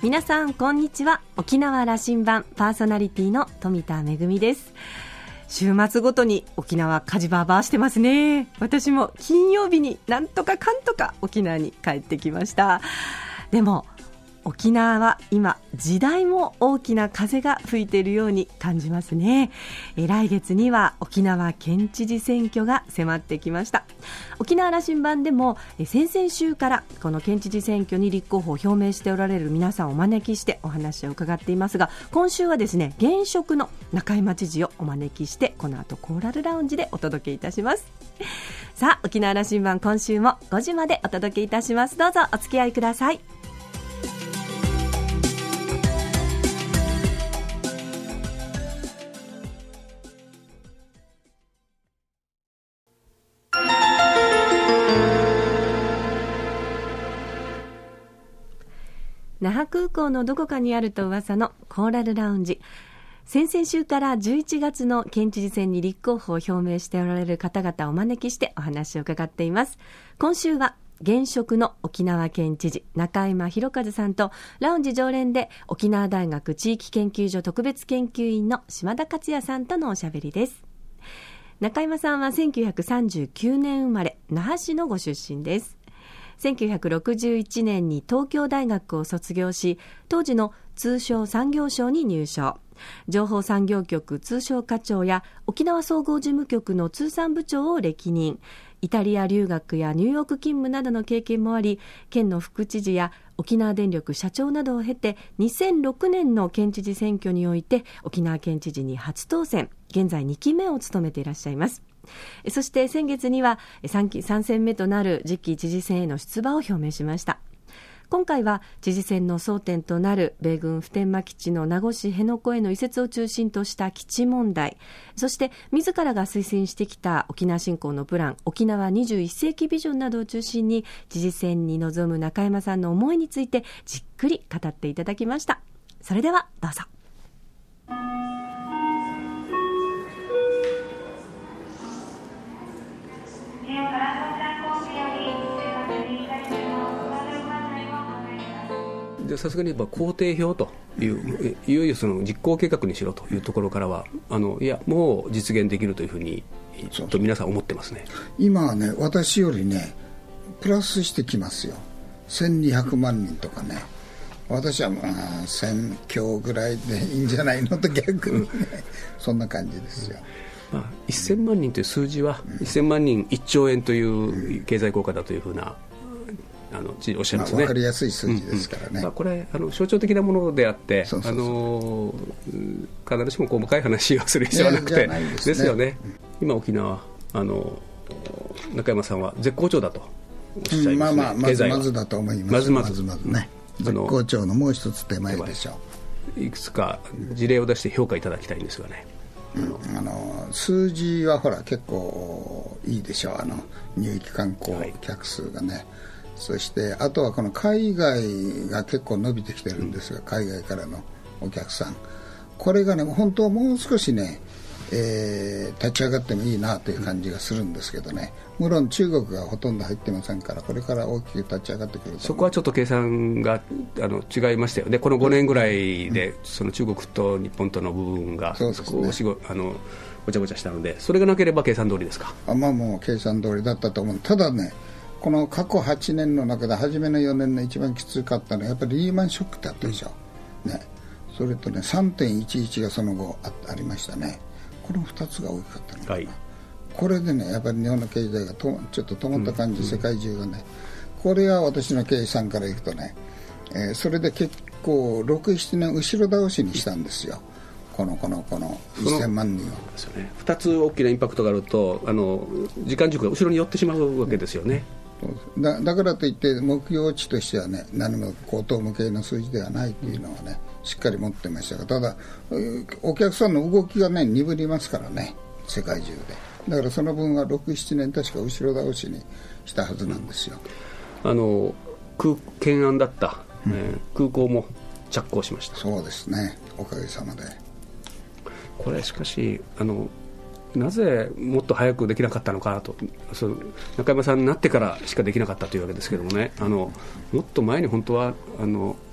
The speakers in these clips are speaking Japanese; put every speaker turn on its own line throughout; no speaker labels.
皆さんこんにちは。沖縄羅針盤パーソナリティの富田恵です。週末ごとに沖縄火事バーバーしてますね。私も金曜日になんとかかんとか沖縄に帰ってきました。でも沖縄は今時代も大きな風が吹いているように感じますね。来月には沖縄県知事選挙が迫ってきました。沖縄羅針盤でも先々週からこの県知事選挙に立候補を表明しておられる皆さんをお招きしてお話を伺っていますが、今週はですね、現職の中山知事をお招きしてこの後コーラルラウンジでお届けいたします。さあ、沖縄羅針盤今週も5時までお届けいたします。どうぞお付き合いください。那覇空港のどこかにあると噂のコーラルラウンジ。先々週から11月の県知事選に立候補を表明しておられる方々をお招きしてお話を伺っています。今週は現職の沖縄県知事中山博一さんと、ラウンジ常連で沖縄大学地域研究所特別研究員の島田克也さんとのおしゃべりです。中山さんは1939年生まれ、那覇市のご出身です。1961年に東京大学を卒業し、当時の通商産業省に入省。情報産業局通商課長や沖縄総合事務局の通産部長を歴任。イタリア留学やニューヨーク勤務などの経験もあり、県の副知事や沖縄電力社長などを経て、2006年の県知事選挙において沖縄県知事に初当選。現在2期目を務めていらっしゃいます。そして先月には3選目となる次期知事選への出馬を表明しました。今回は知事選の争点となる米軍普天間基地の名護市辺野古への移設を中心とした基地問題、そして自らが推薦してきた沖縄振興のプラン、沖縄21世紀ビジョンなどを中心に知事選に臨む中山さんの思いについてじっくり語っていただきました。それではどうぞ。
さすがに工程表といういよいよその実行計画にしろというところからはいやもう実現できるというふうにと皆さん思ってますね。
今はね、私よりねプラスしてきますよ。1200万人とかね、私は1000強ぐらいでいいんじゃないのと逆にね、そんな感じですよ。
1000万人という数字は、1000万人1兆円という経済効果だというふうなおっしゃいますね。
分かりやすい数字ですからね。
これ象徴的なものであって、必ずしも細かい話をする必要はなくて、ですよね。今沖縄中山さんは絶好調だとおっしゃいますね。
まずだと思います。まずね、絶好調のもう一つ手前でしょ
う。いくつか事例を出して評価いただきたいんですがね。
数字はほら結構いいでしょう。入域観光客数がね、そしてあとはこの海外が結構伸びてきてるんですが、海外からのお客さん、これがね本当はもう少しね、立ち上がってもいいなという感じがするんですけどね。無論中国がほとんど入ってませんから、これから大きく立ち上がってくると。
そこはちょっと計算が違いましたよね。この5年ぐらいで、その中国と日本との部分が少しごちゃごちゃしたので、それがなければ計算通りですか。
もう計算通りだったと思う。ただね、この過去8年の中で初めの4年の一番きつかったのはやっぱりリーマンショックだったでしょ、ね、それとね 3.11 がその後 ありましたね。この2つが大きかったのかな、これでねやっぱり日本の経済がちょっと止まった感じ、世界中がね、これは私の計算からいくとね、それで結構 6,7 年後ろ倒しにしたんですよ、この1000万人を。
2つ大きなインパクトがあると時間軸が後ろに寄ってしまうわけですよね。
だからといって目標値としてはね、何も高等無形の数字ではないというのはね、しっかり持ってましたが、ただお客さんの動きがね鈍りますからね、世界中で。だからその分は 6,7 年確か後ろ倒しにしたはずなんですよ。
懸案だった、空港も着工しました。
そうですね、おかげさまで。
これしかしなぜもっと早くできなかったのかなと、中山さんになってからしかできなかったというわけですけどもね、もっと前に本当は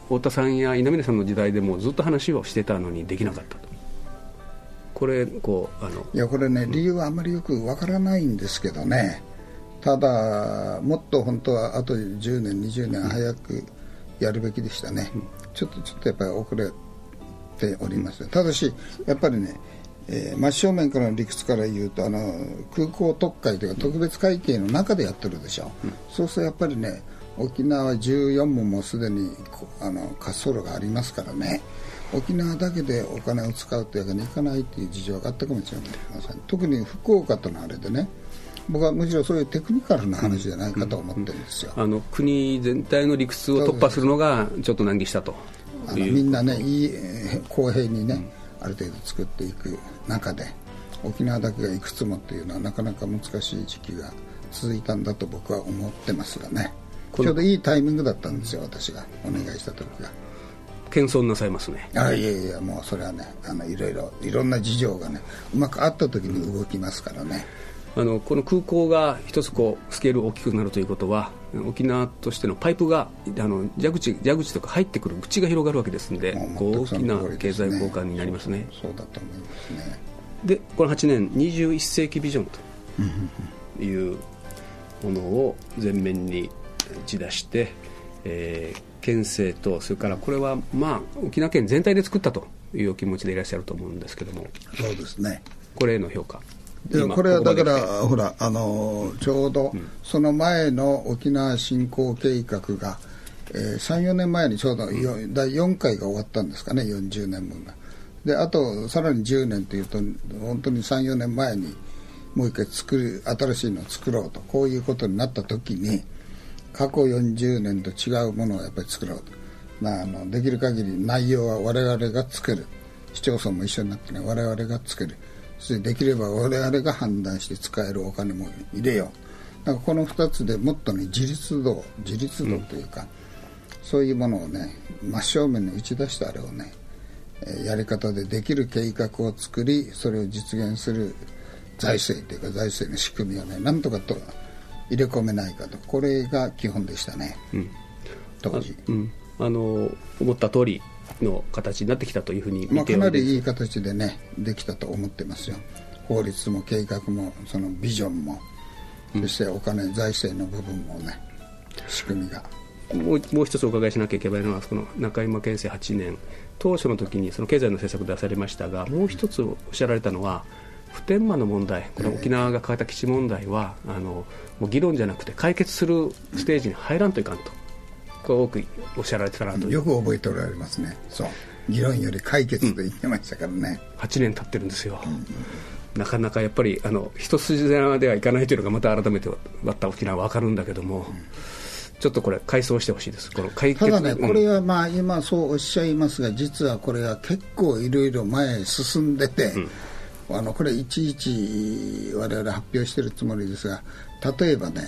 太田さんや稲峰さんの時代でもずっと話をしてたのにできなかったと。これこ
れね、理由はあんまりよくわからないんですけどね、ただもっと本当はあと10年20年早くやるべきでしたね、ちょっとやっぱり遅れております。ただしやっぱりね、真正面からの理屈から言うと空港特会というか特別会計の中でやってるでしょ、そうするとやっぱりね、沖縄は14ももうすでに滑走路がありますからね、沖縄だけでお金を使うというわけにいかないという事情があったかもしれません。特に福岡とのあれでね、僕はむしろそういうテクニカルな話じゃないかと思ってるんですよ、
国全体の理屈を突破するのがちょっと難儀したと
みんなね、いい公平にね、ある程度作っていく中で沖縄だけがいくつもっていうのはなかなか難しい時期が続いたんだと僕は思ってますがね、ちょうどいいタイミングだったんですよ、私がお願いした時が。
謙遜なさいますね。
いやもうそれはね、いろんな事情がねうまくあった時に動きますからね。
この空港が一つスケール大きくなるということは、沖縄としてのパイプが蛇口とか入ってくる口が広がるわけですので、大きな経済効果になりますね。
そうだと思いますね。
でこの8年21世紀ビジョンというものを前面に打ち出して、県政とそれからこれは沖縄県全体で作ったというお気持ちでいらっしゃると思うんですけども。
そうですね。
これへの評価。
これはだからほらちょうどその前の沖縄振興計画が、3、4年前にちょうど第4回が終わったんですかね、40年分が。であとさらに10年というと本当に3、4年前にもう一回新しいのを作ろうと、こういうことになった時に過去40年と違うものをやっぱり作ろうと、できる限り内容は我々が作る、市町村も一緒になってね、我々が作る、そしてできれば我々が判断して使えるお金も入れよう。だからこの2つでもっとね、自立度というか、そういうものをね真正面に打ち出したあれをね、やり方でできる計画を作り、それを実現する財政というか財政の仕組みをね、なんとかと入れ込めないかと、これが基本でしたね、当時。
思った通りの形になってきたというふうに見ております。
かなりいい形でねできたと思ってますよ。法律も計画もそのビジョンも、そしてお金財政の部分もね、仕組みが。
もう一つお伺いしなきゃいけないのは、この中山県政8年当初の時にその経済の政策出されましたが、もう一つおっしゃられたのは普天間の問題、これ沖縄が抱えた基地問題はもう議論じゃなくて解決するステージに入らんといかんと、これ多くおっしゃられてたなと。
よく覚えておられますね。そう、議論より解決と言ってましたからね、
8年経ってるんですよ、なかなかやっぱり一筋縄ではいかないというのがまた改めて割った沖縄は分かるんだけども、ちょっとこれ改装してほしいです。この解決。
ただね、これは今そうおっしゃいますが、実はこれは結構いろいろ前へ進んでて、これいちいち我々発表してるつもりですが、例えばね、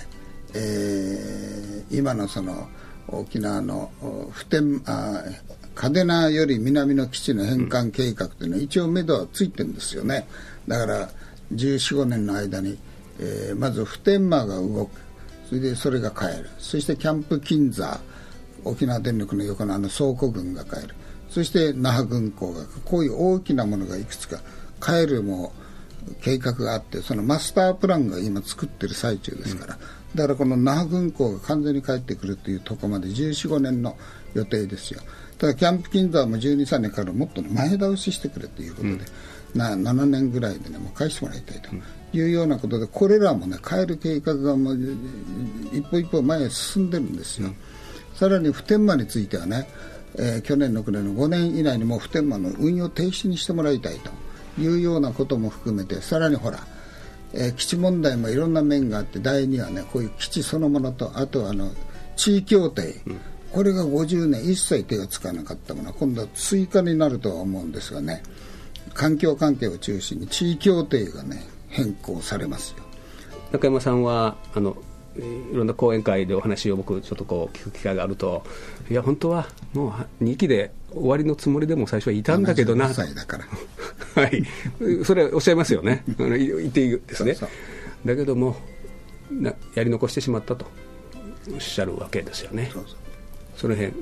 今のその沖縄の嘉手納より南の基地の返還計画というのは一応目処はついてるんですよね。だから14、15年の間に、まず普天間が動く、それでそれが帰る、そしてキャンプ金座、沖縄電力の横の倉庫群が帰る、そして那覇軍港が、こういう大きなものがいくつか帰るも計画があって、そのマスタープランが今作ってる最中ですから、だからこの那覇軍港が完全に帰ってくるというところまで14、15年の予定ですよ。ただキャンプ金座も12、13年からもっと前倒ししてくれということで、7年ぐらいでねもう返してもらいたいというようなことで、これらもね帰る計画がもう一歩一歩前へ進んでるんですよ。さらに普天間についてはね、去年の暮れの5年以内にもう普天間の運用停止にしてもらいたいというようなことも含めて、さらにほら、基地問題もいろんな面があって、第2はねこういう基地そのものと、あとは地位協定、これが50年一切手がつかなかったものは今度は追加になるとは思うんですがね、環境関係を中心に地位協定がね変更されますよ。
中山さんはいろんな講演会でお話を僕ちょっと聞く機会があると、いや本当はもう2期で終わりのつもりでも最初はいたんだけどな、
75歳だから
はい、それおっしゃいますよね言っていいですね。そうだけどもやり残してしまったとおっしゃるわけですよね。 その辺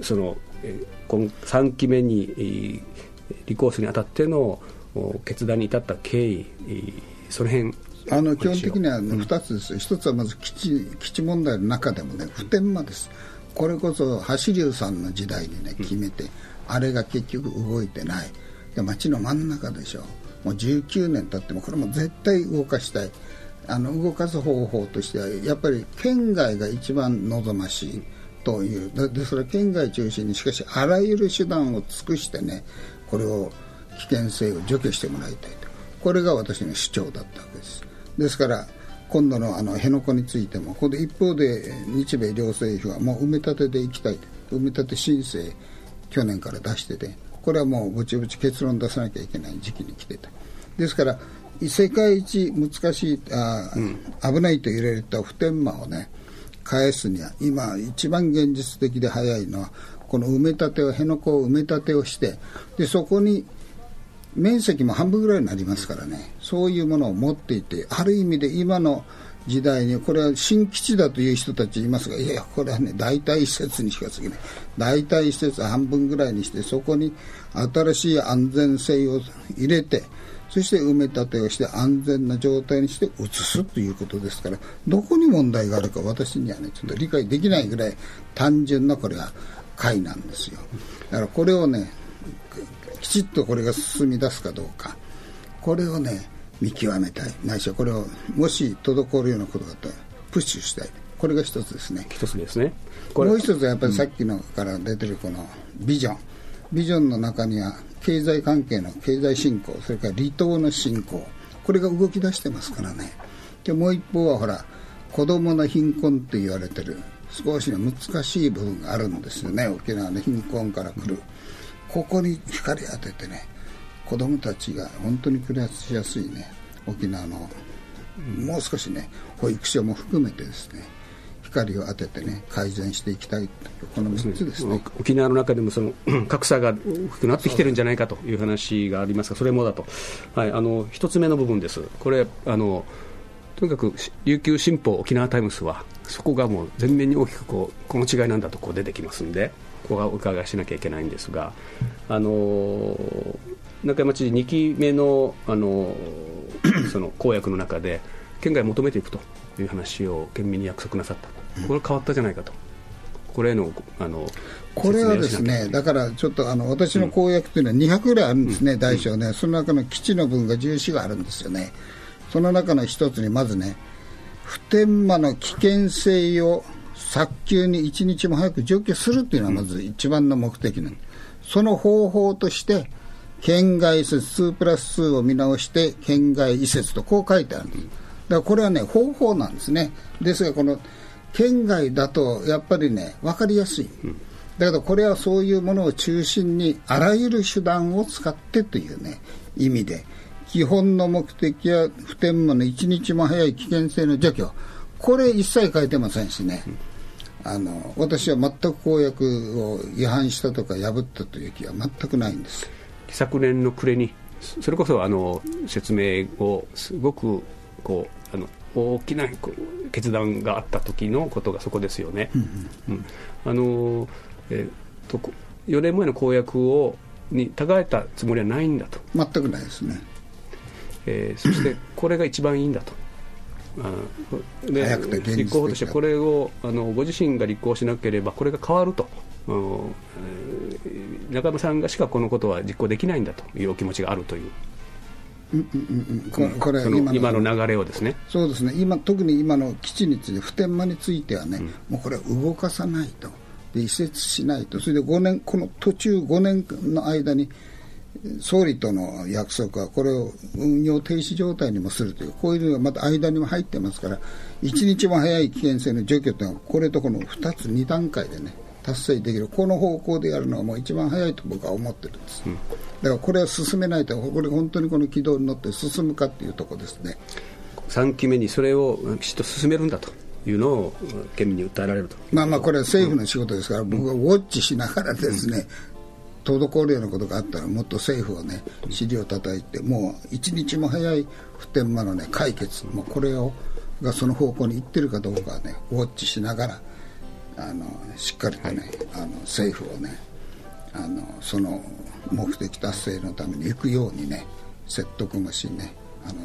3期目に立候補するにあたっての決断に至った経緯、その辺
基本的には、2つです。1つはまず基地問題の中でもね、普天間です。これこそ橋龍さんの時代にね決めて、あれが結局動いてない。町の真ん中でしょ。もう19年経ってもこれも絶対動かしたい。動かす方法としてはやっぱり県外が一番望ましいという。でそれは県外中心に、しかしあらゆる手段を尽くしてね、これを危険性を除去してもらいたいと。これが私の主張だったわけです。ですから今度の辺野古についても、ここで一方で日米両政府はもう埋め立てでいきたいと、埋め立て申請去年から出してて、これはもうぼちぼち結論出さなきゃいけない時期に来てた。ですから世界一難しい危ないと言われた普天間をね返すには、今一番現実的で早いのはこの埋め立てを、辺野古を埋め立てをして、でそこに面積も半分ぐらいになりますからね、そういうものを持っていて、ある意味で今の時代にこれは新基地だという人たちいますが、いやこれはね代替施設にしか過ぎない。代替施設半分ぐらいにして、そこに新しい安全性を入れて、そして埋め立てをして安全な状態にして移すということですから、どこに問題があるか私にはねちょっと理解できないぐらい単純なこれは解なんですよ。だからこれをねきちっとこれが進み出すかどうか、これをね見極めたい。ないしはこれをもし滞るようなことがあったらプッシュしたい。これが一つですね。
一つですね。
もう一つはやっぱりさっきのから出てるこのビジョンの中には経済関係の経済振興、それから離島の振興、これが動き出してますからね。でもう一方はほら子どもの貧困って言われてる少し難しい部分があるんですよね。沖縄の貧困から来る、ここに光当ててね、子どもたちが本当に暮らしやすいね沖縄のもう少しね保育所も含めてですね光を当ててね改善していきたいというこの3つですね。
沖縄の中でもその格差が大きくなってきてるんじゃないかという話がありますが、それもだと、はい、1つ目の部分です。これとにかく琉球新報沖縄タイムスはそこがもう全面に大きくこの違いなんだと出てきますんで、ここはお伺いしなきゃいけないんですが、中山知事2期目の、その公約の中で県外を求めていくという話を県民に約束なさった。これ変わったじゃないかと。これへの
これはですね、だからちょっと私の公約というのは200ぐらいあるんですね、大小ね。その中の基地の分が14があるんですよね。その中の一つにまずね、普天間の危険性を早急に一日も早く除去するというのはまず一番の目的なんです。その方法として県外移設2+2を見直して県外移設とこう書いてあるんです。だからこれはね方法なんですね。ですがこの県外だとやっぱりね分かりやすい。だけどこれはそういうものを中心にあらゆる手段を使ってというね意味で、基本の目的は普天間の一日も早い危険性の除去、これ一切書いてませんしね、私は全く公約を違反したとか破ったという気は全くないんです。
昨年の暮れにそれこそ説明をすごく大きな決断があった時のことがそこですよね。4年前の公約に違えたつもりはないんだと。
全くないですね。
そしてこれが一番いいんだと。で
早くて現実的だ。
立候補としてこれをご自身が立候補しなければこれが変わると、中山さんがしかこのことは実行できないんだというお気持ちがあるという、
これ
今の流れをですね。
そうですね。特に今の基地について普天間についてはね、もうこれは動かさないと、で移設しないと、それで5年この途中5年の間に総理との約束はこれを運用停止状態にもするという、こういうのがまた間にも入ってますから、一日も早い危険性の除去というのはこれとこの2段階でね達成できる、この方向でやるのはもう一番早いと僕は思ってるんです。だからこれは進めないと、これ本当にこの軌道に乗って進むかっていうところですね。
3期目にそれをきちっと進めるんだというのを県民に訴えられると。
これは政府の仕事ですから、僕はウォッチしながらですね、滞るようなことがあったらもっと政府をね尻を叩いて、もう一日も早い普天間のね解決、もうこれがその方向に行ってるかどうかはねウォッチしながらしっかりとね、政府をねその目的達成のために行くようにね説得もしね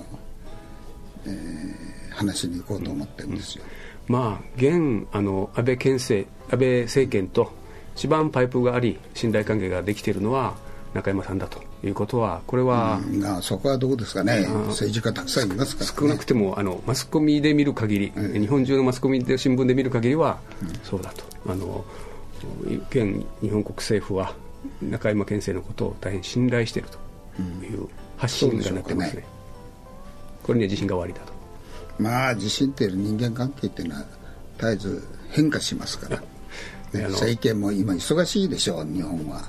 話しに行こうと思ってるんですよ。
まあ、現安倍政権と一番パイプがあり信頼関係ができているのは中山さんだということは、これは、
そこはどうですかね。政治家たくさんいますからね。
少なくてもマスコミで見る限り、日本中のマスコミで新聞で見る限りは、そうだと現日本国政府は中山県政のことを大変信頼しているという発信がなってますね。これには自信がおありだと。
まあ自信っていう人間関係っていうのは絶えず変化しますから、ね、政権も今忙しいでしょう。日本は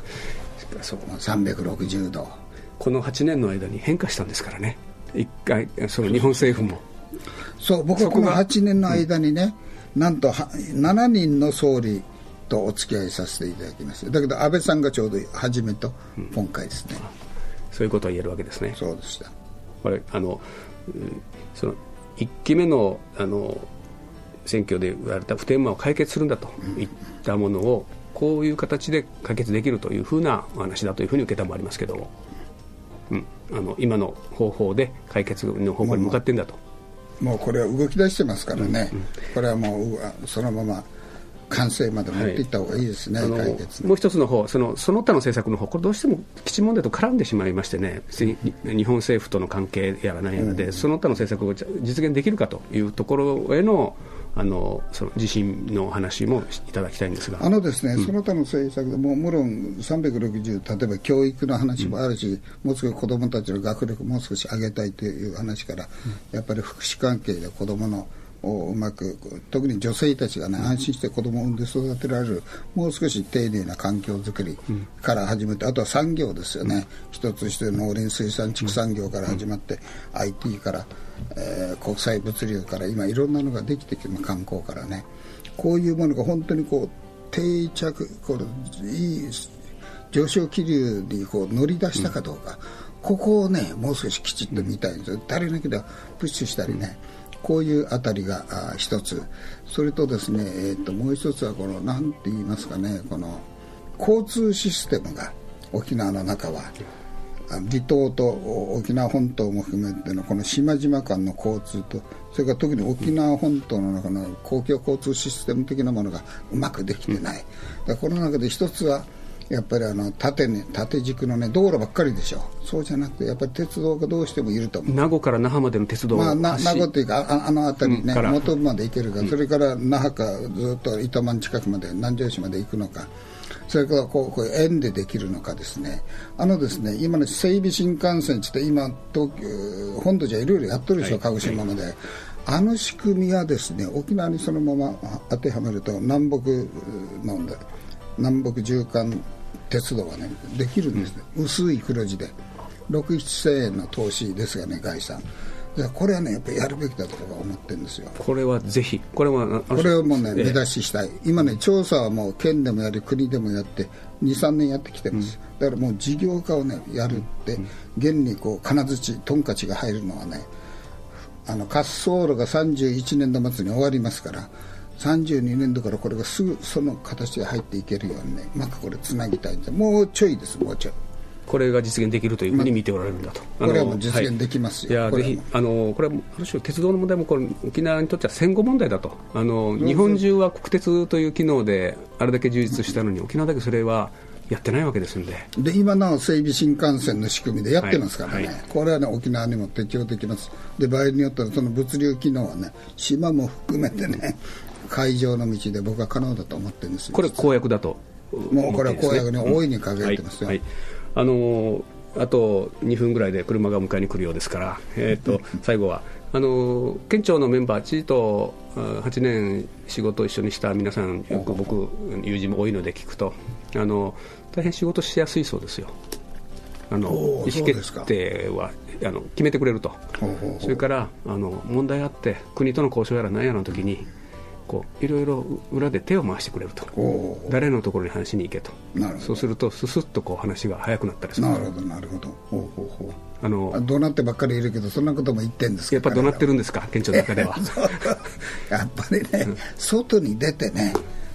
360度
この8年の間に変化したんですからね。一回その日本政府も
そう僕はこの8年の間にね、なんと7人の総理とお付き合いさせていただきました。だけど安倍さんがちょうど初めと今回ですね、
そういうことを言えるわけですね。
そうでした。
これその1期目の選挙で言われた普天間を解決するんだといったものをこういう形で解決できるというふうなお話だというふうに受けたもありますけども、今の方法で解決の方向に向かってんだと。
もうこれは動き出してますからね、これはもうそのまま完成まで持っていった方がいいですね、解決。
もう一つの方、その他の政策の方、これどうしても基地問題と絡んでしまいましてね、日本政府との関係やら何やらで、その他の政策を実現できるかというところへのその自信の話もいただきたいんですが、
ですね、その他の政策でもろん360、例えば教育の話もあるし、もう少し子どもたちの学力もう少し上げたいという話から、やっぱり福祉関係で子どものうまく、特に女性たちがね、安心して子供を産んで育てられるもう少し丁寧な環境づくりから始めて、あとは産業ですよね。一つ一つ農林水産畜産業から始まって、IT から、国際物流から今いろんなのができてきて、観光からね、こういうものが本当に定着いい上昇気流に乗り出したかどうか、ここをねもう少しきちっと見たいんですよ。誰だけでプッシュしたりね、こういうあたりが一つ。それとですね、もう一つはなんて言いますかね、交通システムが沖縄の中は離島と沖縄本島も含めてのこの島々間の交通と、それから特に沖縄本島の中の公共交通システム的なものがうまくできてない。だからこの中で一つはやっぱり縦軸のね道路ばっかりでしょ。そうじゃなくてやっぱり鉄道がどうしてもいると思う。
名護から那覇までの鉄道、
名護っていうか辺りね、元部まで行けるか、それから那覇かずっと糸満近くまで南城市まで行くのか、それからこう円でできるのかですね。ですね、今の整備新幹線って今東京本土じゃいろいろやっとるでしょ、鹿児島まで。仕組みはですね、沖縄にそのまま当てはめると南北縦貫鉄道はねできるんですね、薄い黒字で6、7千円の投資ですがね、概算。これはねやっぱりやるべきだと僕は思ってるんですよ。
これはぜひこれを
もうね目指ししたい。今ね調査はもう県でもやり国でもやって2、3年やってきてます、だからもう事業化をねやるって、現に金槌トンカチが入るのはね、滑走路が31年度末に終わりますから、32年度からこれがすぐその形で入っていけるようにね、うまくこれつなぎたいんで、もうちょいです、もうちょい。
これが実現できるというふうに見ておられるんだと。
これはもう実現できますよ。
いやぜひこれはある種鉄道の問題も沖縄にとっては戦後問題だと。日本中は国鉄という機能であれだけ充実したのに、沖縄だけそれはやってないわけですんで。
で今の整備新幹線の仕組みでやってますからね、これはね沖縄にも適用できます。で場合によってはその物流機能はね島も含めてね海上の道で僕は可能だと思ってるんですよ。
これ公約だと
もうこれは公約に大いに掲げてますよ、
あと2分ぐらいで車が迎えに来るようですから、最後は県庁のメンバー、知事と8年仕事を一緒にした皆さん、よく僕友人も多いので聞くと大変仕事しやすいそうですよ。意思決定は決めてくれると。それから問題あって国との交渉やら何やらの時にいろいろ裏で手を回してくれると。誰のところに話しに行けと。そうするとススッと話が早くなったりする。
なるほどなるほど。怒鳴ってばっかりいるけどそんなことも言ってんですか。
やっぱ怒鳴ってるんですか、県庁の中では。
やっぱりね、外に出てね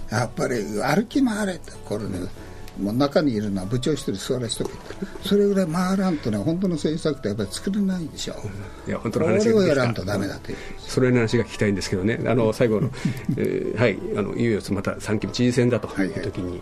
やっぱり歩き回れって、これね、もう中にいるのは部長一人座らしとけって、それぐらい回らんとね、本当の政策ってやっぱり作れないでしょ。
いや本当の話が
これをやらんとダメだという、
それの話が聞きたいんですけどね、最後の、はい、いよいよまた3期目知事選だという時に、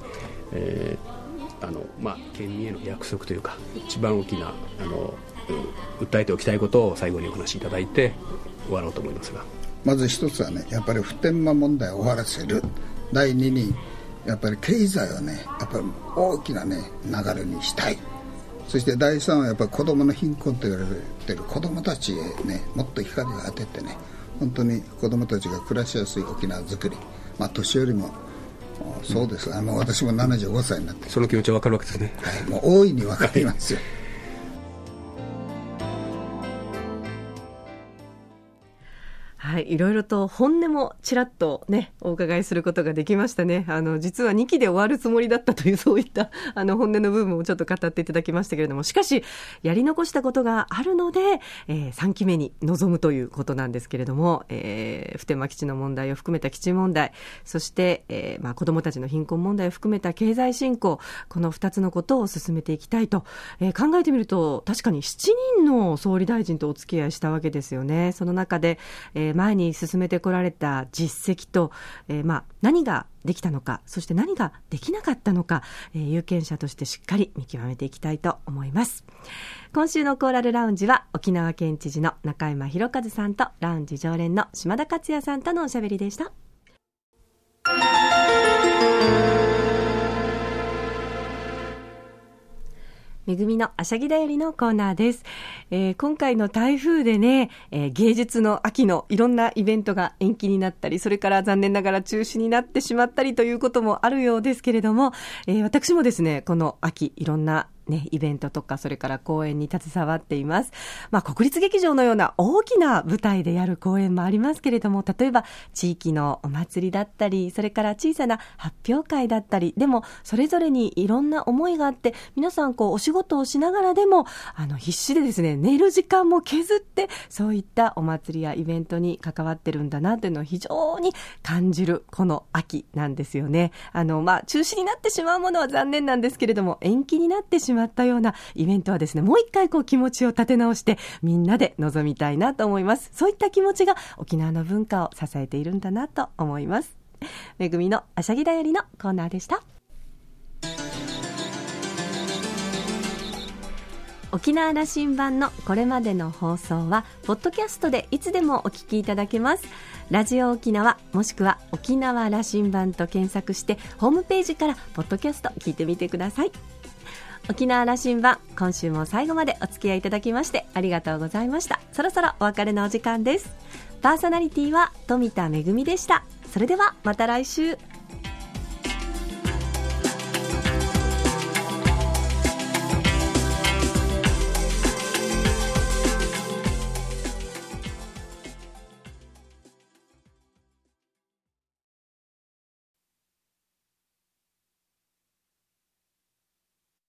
県民への約束というか、一番大きな訴えておきたいことを最後にお話しいただいて終わろうと思いますが、
まず一つはね、やっぱり普天間問題を終わらせる。第二にやっぱり経済をね、やっぱり大きなね流れにしたい。そして第三はやっぱり子どもの貧困と言われている子どもたちへね、もっと光を当ててね、本当に子どもたちが暮らしやすい沖縄づくり、年寄りもそうです、私も75歳になって、
その気持ちは分かるわけですね。
はい、もう大いに分かりますよ。
はい、いろいろと本音もちらっとねお伺いすることができましたね。実は2期で終わるつもりだったという、そういった本音の部分をちょっと語っていただきましたけれども、しかしやり残したことがあるので、3期目に臨むということなんですけれども、普天間基地の問題を含めた基地問題、そして、子どもたちの貧困問題を含めた経済振興、この2つのことを進めていきたいと、考えてみると確かに7人の総理大臣とお付き合いしたわけですよね。その中で、前に進めてこられた実績と、何ができたのか、そして何ができなかったのか、有権者としてしっかり見極めていきたいと思います。今週のコーラルラウンジは沖縄県知事の中山博一さんとラウンジ常連の島田克也さんとのおしゃべりでした。めぐみのあしゃぎだよりのコーナーです。今回の台風でね、芸術の秋のいろんなイベントが延期になったり、それから残念ながら中止になってしまったりということもあるようですけれども、私もですね、この秋いろんなイベントとか、それから公演に携わっています。国立劇場のような大きな舞台でやる公演もありますけれども、例えば地域のお祭りだったり、それから小さな発表会だったり、でもそれぞれにいろんな思いがあって、皆さんお仕事をしながらでも必死でですね、寝る時間も削ってそういったお祭りやイベントに関わってるんだなというのを非常に感じるこの秋なんですよね。中止になってしまうものは残念なんですけれども、延期になってしまったようなイベントはですね、もう一回気持ちを立て直してみんなで臨みたいなと思います。そういった気持ちが沖縄の文化を支えているんだなと思います。めぐみのあしゃぎだよりのコーナーでした。沖縄羅針盤のこれまでの放送はポッドキャストでいつでもお聞きいただけます。ラジオ沖縄もしくは沖縄羅針盤と検索してホームページからポッドキャスト聞いてみてください。沖縄羅針盤、今週も最後までお付き合いいただきましてありがとうございました。そろそろお別れのお時間です。パーソナリティは富田恵でした。それではまた来週。